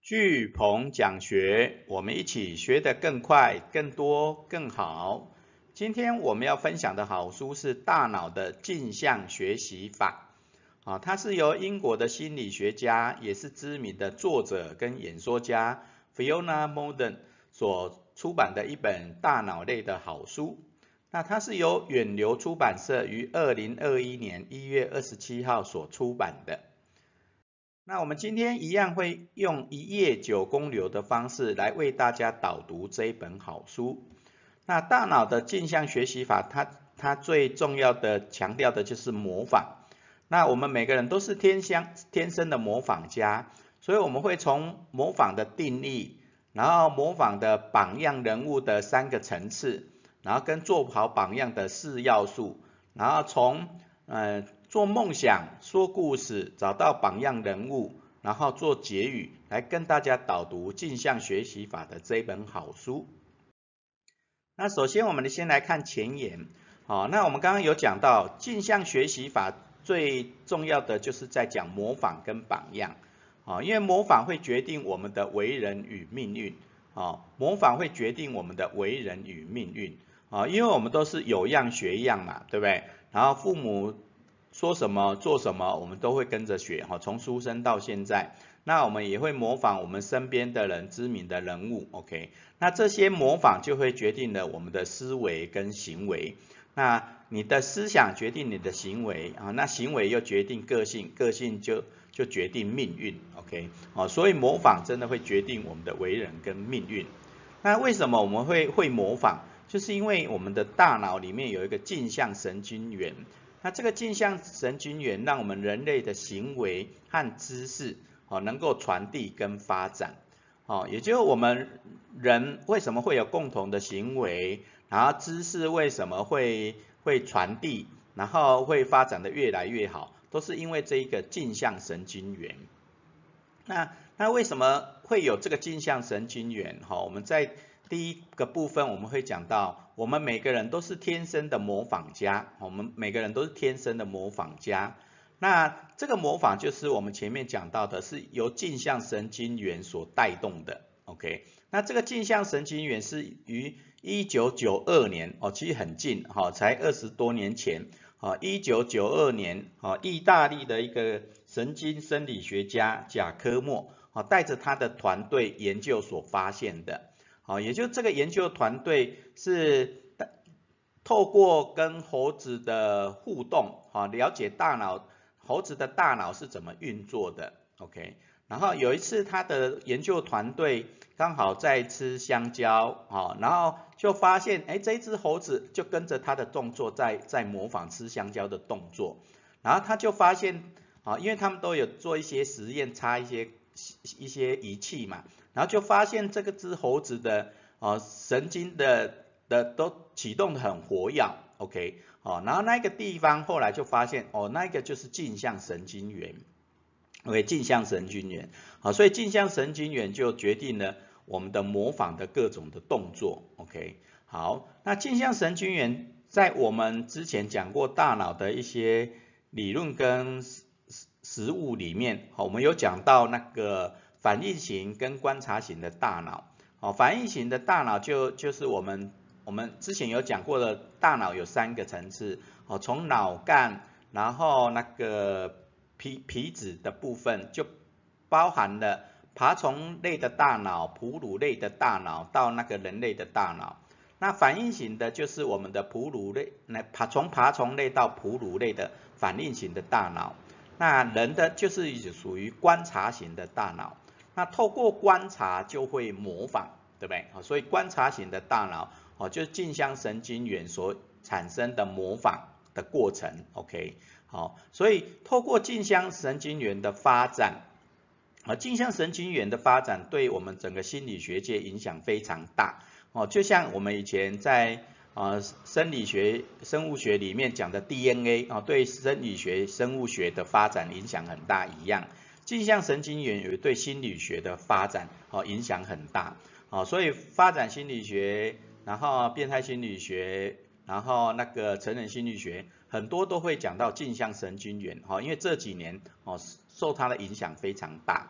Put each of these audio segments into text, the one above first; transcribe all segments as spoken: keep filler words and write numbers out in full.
巨鹏讲学，我们一起学得更快、更多、更好。今天我们要分享的好书是《大脑的镜像学习法》啊，它是由英国的心理学家，也是知名的作者跟演说家 Fiona Morgan 所出版的一本大脑类的好书。那它是由远流出版社于二零二一年一月二十七号所出版的。那我们今天一样会用一页九公流的方式来为大家导读这一本好书。那大脑的镜像学习法，它它最重要的强调的就是模仿。那我们每个人都是天相天生的模仿家，所以我们会从模仿的定义，然后模仿的榜样人物的三个层次，然后跟做好榜样的四要素，然后从呃做梦想、说故事、找到榜样人物，然后做结语，来跟大家导读镜像学习法的这一本好书。那首先我们先来看前言，好，那我们刚刚有讲到镜像学习法最重要的就是在讲模仿跟榜样，好，因为模仿会决定我们的为人与命运，好，模仿会决定我们的为人与命运，啊，因为我们都是有样学样嘛，对不对？然后父母说什么做什么，我们都会跟着学，哈，从出生到现在，那我们也会模仿我们身边的人、知名的人物 ，OK， 那这些模仿就会决定了我们的思维跟行为，那你的思想决定你的行为啊，那行为又决定个性，个性就就决定命运 ，OK， 哦，所以模仿真的会决定我们的为人跟命运。那为什么我们会会模仿？就是因为我们的大脑里面有一个镜像神经元。那这个镜像神经元让我们人类的行为和知识哦能够传递跟发展，哦，也就是我们人为什么会有共同的行为，然后知识为什么会会传递，然后会发展的越来越好，都是因为这一个镜像神经元。那那为什么会有这个镜像神经元？哈，我们在第一个部分我们会讲到，我们每个人都是天生的模仿家，我们每个人都是天生的模仿家。那这个模仿就是我们前面讲到的，是由镜像神经元所带动的。OK， 那这个镜像神经元是于一九九二年，哦，其实很近，哈，才二十多年前，啊，一九九二年，啊，意大利的一个神经生理学家贾科莫，啊，带着他的团队研究所发现的。好，也就这个研究团队是透过跟猴子的互动，哈，了解大脑猴子的大脑是怎么运作的 ，OK。然后有一次他的研究团队刚好在吃香蕉，哈，然后就发现，哎，这只猴子就跟着他的动作在在模仿吃香蕉的动作，然后他就发现，啊，因为他们都有做一些实验，插一些一些仪器嘛。然后就发现这个只猴子的哦神经的的都启动的很活跃 ，OK， 哦，然后那个地方后来就发现哦，那个就是镜像神经元 ，OK， 镜像神经元，好，所以镜像神经元就决定了我们的模仿的各种的动作 ，OK， 好，那镜像神经元在我们之前讲过大脑的一些理论跟实物里面，好，我们有讲到那个反应型跟观察型的大脑，哦，反应型的大脑就就是我们我们之前有讲过的，大脑有三个层次，哦，从脑干，然后那个皮皮质的部分就包含了爬虫类的大脑、哺乳类的大脑到那个人类的大脑。那反应型的就是我们的哺乳类，那爬从爬虫类到哺乳类的反应型的大脑。那人的就是属于观察型的大脑，那透过观察就会模仿，对不对？所以观察型的大脑，哦，就是镜像神经元所产生的模仿的过程 ，OK， 好，所以透过镜像神经元的发展，啊，镜像神经元的发展对我们整个心理学界影响非常大，哦，就像我们以前在啊，生理学、生物学里面讲的 D N A 啊，对生理学、生物学的发展影响很大一样，镜像神经元也对心理学的发展哦影响很大，哦，所以发展心理学，然后变态心理学，然后那个成人心理学，很多都会讲到镜像神经元，哦，因为这几年哦受它的影响非常大，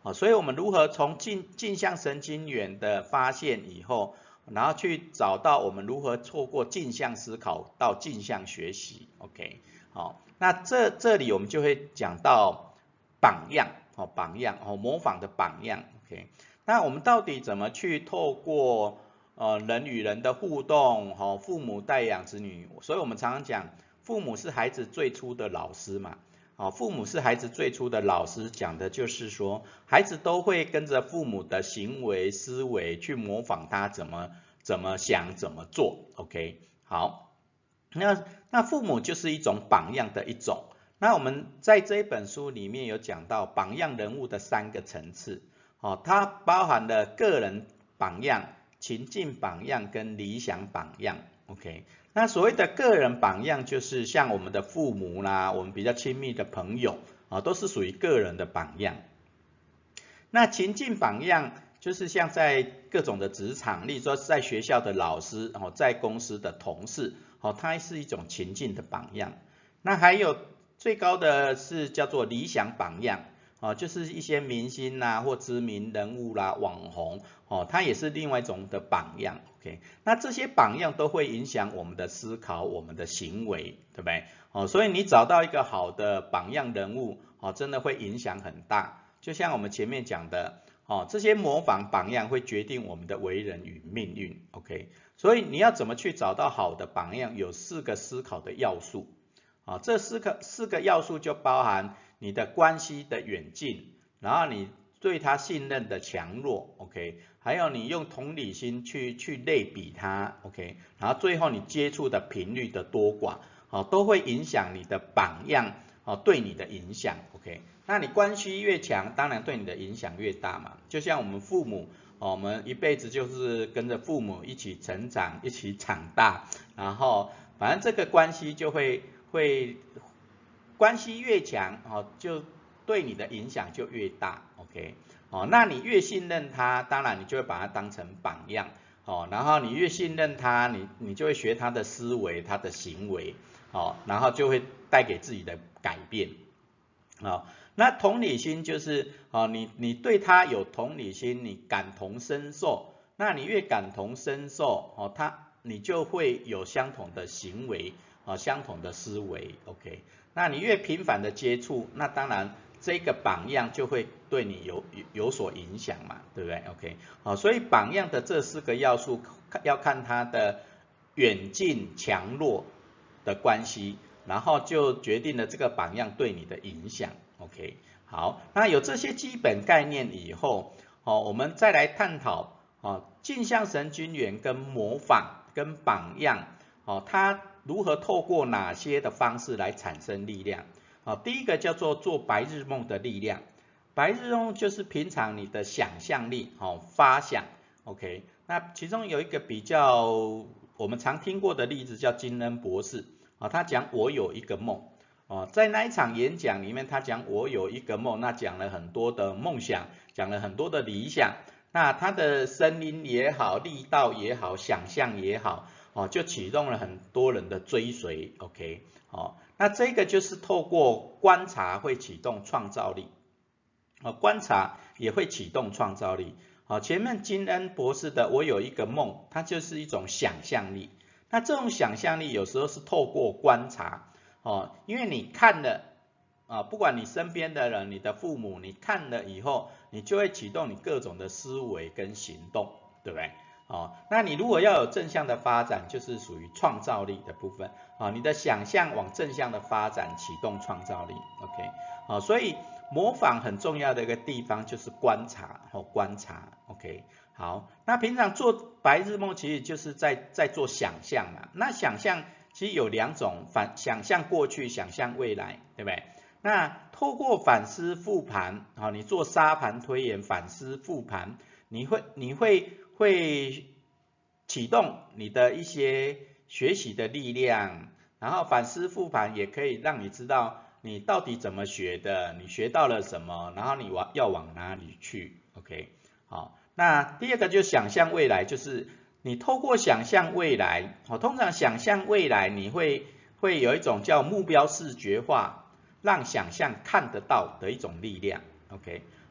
啊，所以我们如何从镜镜像神经元的发现以后，然后去找到我们如何透过镜像思考到镜像学习 ，OK， 好，那这这里我们就会讲到榜样，哦，榜样，哦，模仿的榜样 ，OK， 那我们到底怎么去透过呃人与人的互动，哦，父母带养子女，所以我们常常讲，父母是孩子最初的老师嘛。啊，父母是孩子最初的老师，讲的就是说，孩子都会跟着父母的行为思维去模仿他怎么怎么想怎么做 ，OK， 好，那那父母就是一种榜样的一种。那我们在这一本书里面有讲到榜样人物的三个层次，哦，它包含了个人榜样、情境榜样跟理想榜样 ，OK。那所谓的个人榜样，就是像我们的父母啦，我们比较亲密的朋友啊，都是属于个人的榜样。那情境榜样，就是像在各种的职场，例如说在学校的老师哦，在公司的同事哦，它是一种情境的榜样。那还有最高的是叫做理想榜样。哦，就是一些明星啦、啊，或知名人物啦、啊、网红，哦，它也是另外一种的榜样 ，OK。那这些榜样都会影响我们的思考、我们的行为，对不对？哦，所以你找到一个好的榜样人物，哦，真的会影响很大。就像我们前面讲的，哦，这些模仿榜样会决定我们的为人与命运 ，OK。所以你要怎么去找到好的榜样，有四个思考的要素。啊，这四个四个要素就包含你的关系的远近，然后你对他信任的强弱 ，OK， 还有你用同理心去去类比他 ，OK， 然后最后你接触的频率的多寡，啊，都会影响你的榜样，啊，对你的影响 ，OK， 那你关系越强，当然对你的影响越大嘛，就像我们父母，我们一辈子就是跟着父母一起成长，一起长大，然后反正这个关系就会。会关系越强，哦，就对你的影响就越大 ，OK， 哦，那你越信任他，当然你就会把他当成榜样，哦，然后你越信任他，你你就会学他的思维、他的行为，哦，然后就会带给自己的改变，哦，那同理心就是，哦，你你对他有同理心，你感同身受，那你越感同身受，哦，他你就会有相同的行为。啊，相同的思维 ，OK， 那你越频繁的接触，那当然这个榜样就会对你有有有所影响嘛，对不对 ？OK， 好，所以榜样的这四个要素要看它的远近强弱的关系，然后就决定了这个榜样对你的影响 ，OK， 好，那有这些基本概念以后，哦，我们再来探讨啊，镜像神经元跟模仿跟榜样，哦，它如何透过哪些的方式来产生力量？啊，第一个叫做做白日梦的力量。白日梦就是平常你的想象力，哦，发想 ，OK。那其中有一个比较我们常听过的例子叫金恩博士，啊，他讲我有一个梦，哦，在那一场演讲里面，他讲我有一个梦，那讲了很多的梦想，讲了很多的理想，那他的声音也好，力道也好，想象也好。哦，就启动了很多人的追随 ，OK， 哦，那这个就是透过观察会启动创造力，哦，观察也会启动创造力，好，前面金恩博士的我有一个梦，它就是一种想象力，那这种想象力有时候是透过观察，哦，因为你看了，啊，不管你身边的人，你的父母，你看了以后，你就会启动你各种的思维跟行动，对不对？哦，那你如果要有正向的发展，就是属于创造力的部分啊，你的想象往正向的发展，启动创造力 ，OK， 好，所以模仿很重要的一个地方就是观察，哦，观察 ，OK， 好，那平常做白日梦其实就是在在做想象嘛，那想象其实有两种，反想象过去，想象未来，对不对？那透过反思复盘，啊，你做沙盘推演，反思复盘，你会你会。会启动你的一些学习的力量，然后反思复盘也可以让你知道你到底怎么学的，你学到了什么，然后你往要往哪里去 ，OK， 好，那第二个就是想象未来，就是你透过想象未来，好，通常想象未来你会会有一种叫目标视觉化，让想象看得到的一种力量 ，OK。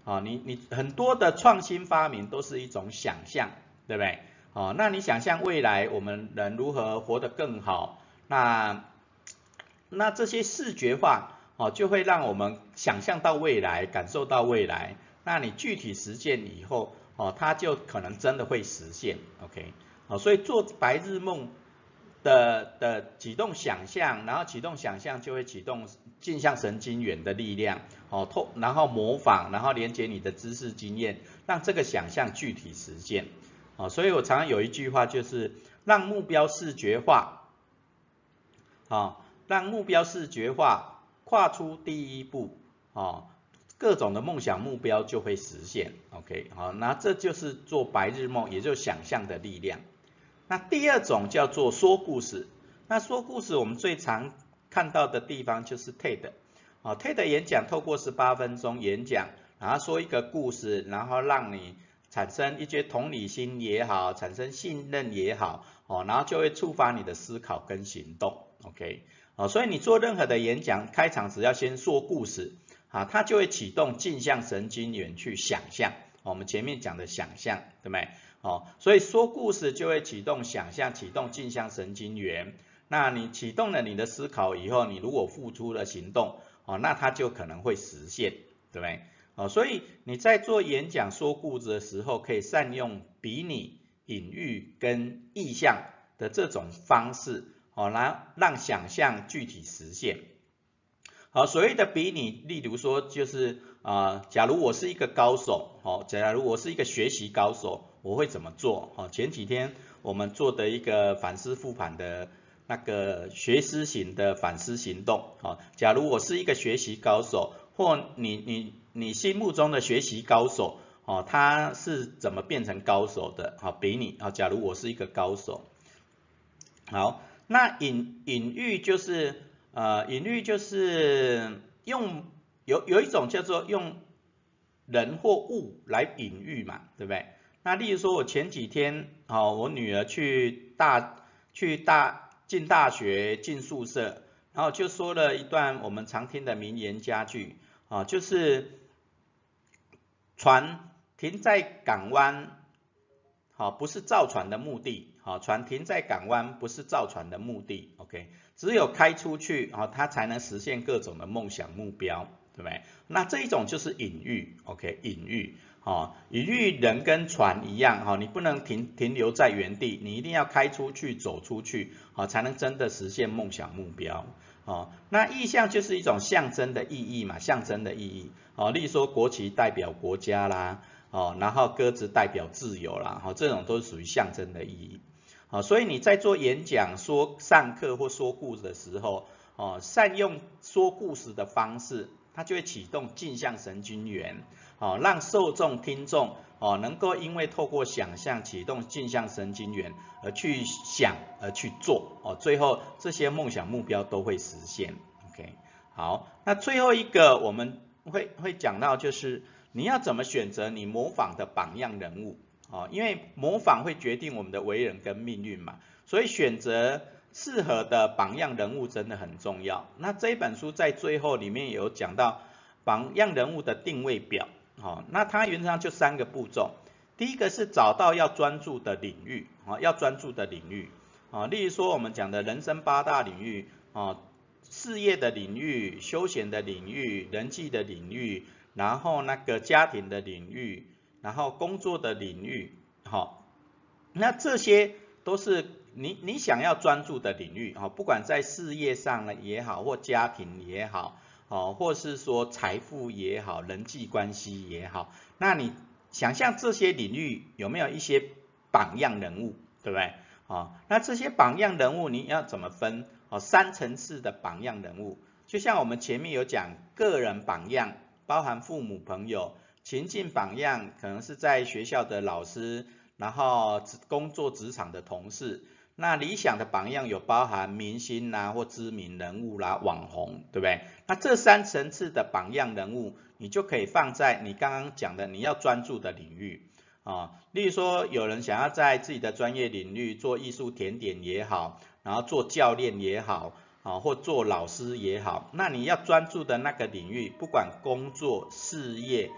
啊，你你很多的创新发明都是一种想象，对不对？哦，那你想象未来我们人如何活得更好，那那这些视觉化哦，就会让我们想象到未来，感受到未来。那你具体实践以后，哦，它就可能真的会实现 ，OK？ 哦，所以做白日梦的的启动想象，然后启动想象就会启动镜像神经元的力量，哦，透，然后模仿，然后连接你的知识经验，让这个想象具体实现。哦，所以我常常有一句话就是让目标视觉化，哦，让目标视觉化，跨出第一步，哦，各种的梦想目标就会实现 ，OK， 好，那这就是做白日梦，也就是想象的力量。那第二种叫做说故事，那说故事我们最常看到的地方就是 TED， 哦 ，TED 演讲透过十八分钟演讲，然后说一个故事，然后让你产生一些同理心也好，产生信任也好，哦，然后就会触发你的思考跟行动 ，OK， 哦，所以你做任何的演讲开场，只要先说故事，啊，它就会启动镜像神经元去想象，我们前面讲的想象，对不对？哦，所以说故事就会启动想象，启动镜像神经元。那你启动了你的思考以后，你如果付出了行动，哦，那它就可能会实现，对不对？哦，所以你在做演讲说故事的时候，可以善用比拟、隐喻跟意象的这种方式，哦，来让想象具体实现。好，所谓的比拟，例如说就是啊、呃，假如我是一个高手，哦，假如我是一个学习高手，我会怎么做？哦，前几天我们做的一个反思复盘的那个学思型的反思行动，哦，假如我是一个学习高手，或你你你心目中的学习高手，哦，他是怎么变成高手的？好，比拟啊，假如我是一个高手，好，那隐隐喻就是呃，隐喻就是用有有一种叫做用人或物来隐喻嘛，对不对？那例如说，我前几天哦，我女儿去大去大进大学进宿舍，然后就说了一段我们常听的名言佳句啊，就是船停在港湾。好，不是造船的目的，好，船停在港湾不是造船的目的 ，OK， 只有开出去，好，它才能实现各种的梦想目标，对不对？那这一种就是隐喻 ，OK， 隐喻，好，隐喻人跟船一样，哈，你不能停停留在原地，你一定要开出去，走出去，好，才能真的实现梦想目标，哦，那意象就是一种象征的意义嘛，象征的意义，哦，例如说国旗代表国家啦。哦，然后鸽子代表自由啦，哈、哦，这种都是属于象征的意义。好、哦，所以你在做演讲、说上课或说故事的时候，哦，善用说故事的方式，它就会启动镜像神经元，哦，让受众、听众，哦，能够因为透过想象启动镜像神经元而去想，而去做，哦，最后这些梦想目标都会实现。OK， 好，那最后一个我们会会讲到就是。你要怎么选择你模仿的榜样人物？哦，因为模仿会决定我们的为人跟命运嘛，所以选择适合的榜样人物真的很重要。那这一本书在最后里面有讲到榜样人物的定位表，哦，那它原则上就三个步骤。第一个是找到要专注的领域，哦，要专注的领域，哦，例如说我们讲的人生八大领域，哦，事业的领域、休闲的领域、人际的领域。然后那个家庭的领域，然后工作的领域，好，那这些都是你你想要专注的领域，哈，不管在事业上呢也好，或家庭也好，哦，或是说财富也好，人际关系也好，那你想象这些领域有没有一些榜样人物，对不对？哦，那这些榜样人物你要怎么分？哦，三层次的榜样人物，就像我们前面有讲个人榜样。包含父母、朋友，情境榜样可能是在学校的老师，然后工作职场的同事。那理想的榜样有包含明星啦、啊，或知名人物啦、啊、网红，对不对？那这三层次的榜样人物，你就可以放在你刚刚讲的你要专注的领域啊。例如说，有人想要在自己的专业领域做艺术甜点也好，然后做教练也好。啊，或做老师也好，那你要专注的那个领域，不管工作、事业、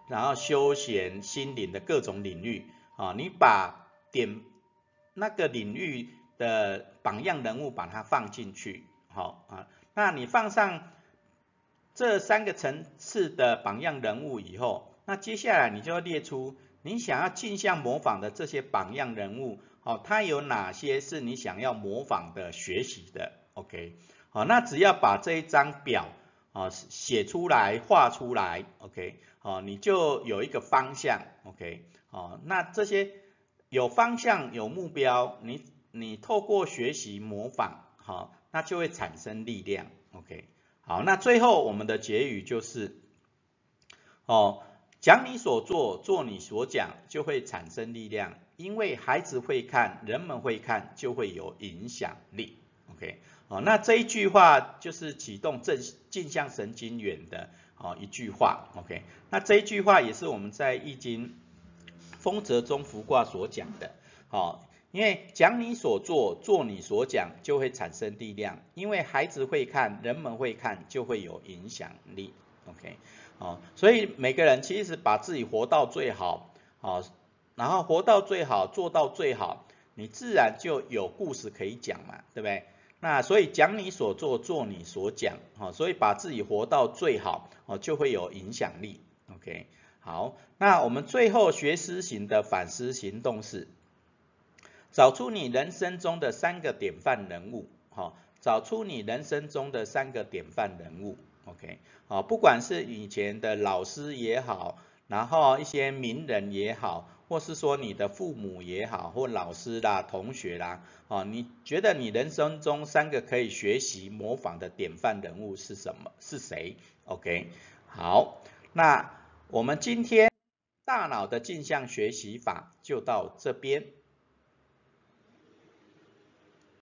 然后休闲、心灵的各种领域啊，你把点那个领域的榜样人物把它放进去，好啊，那你放上这三个层次的榜样人物以后，那接下来你就要列出你想要镜像模仿的这些榜样人物，好，它有哪些是你想要模仿的、学习的 ，OK， 好，那只要把这一张表啊写出来、画出来 ，OK， 好，你就有一个方向 ，OK， 好，那这些有方向、有目标，你你透过学习模仿，好，那就会产生力量 ，OK。好，那最后我们的结语就是，哦，讲你所做，做你所讲，就会产生力量。因为孩子会看，人们会看，就会有影响力。OK， 好，那这一句话就是启动正镜像神经元的哦一句话。OK， 那这一句话也是我们在易经丰泽中孚卦所讲的。好。因为讲你所做，做你所讲，就会产生力量。因为孩子会看，人们会看，就会有影响力。OK， 哦，所以每个人其实把自己活到最好，哦，然后活到最好，做到最好，你自然就有故事可以讲嘛，对不对？那所以讲你所做，做你所讲，哦，所以把自己活到最好，哦，就会有影响力。OK， 好，那我们最后学思行的反思行动是。找出你人生中的三个典范人物，好，找出你人生中的三个典范人物 ，OK， 好，不管是以前的老师也好，然后一些名人也好，或是说你的父母也好，或老师啦、同学啦，哦，你觉得你人生中三个可以学习模仿的典范人物是什么？是谁 ？OK， 好，那我们今天大脑的镜像学习法就到这边。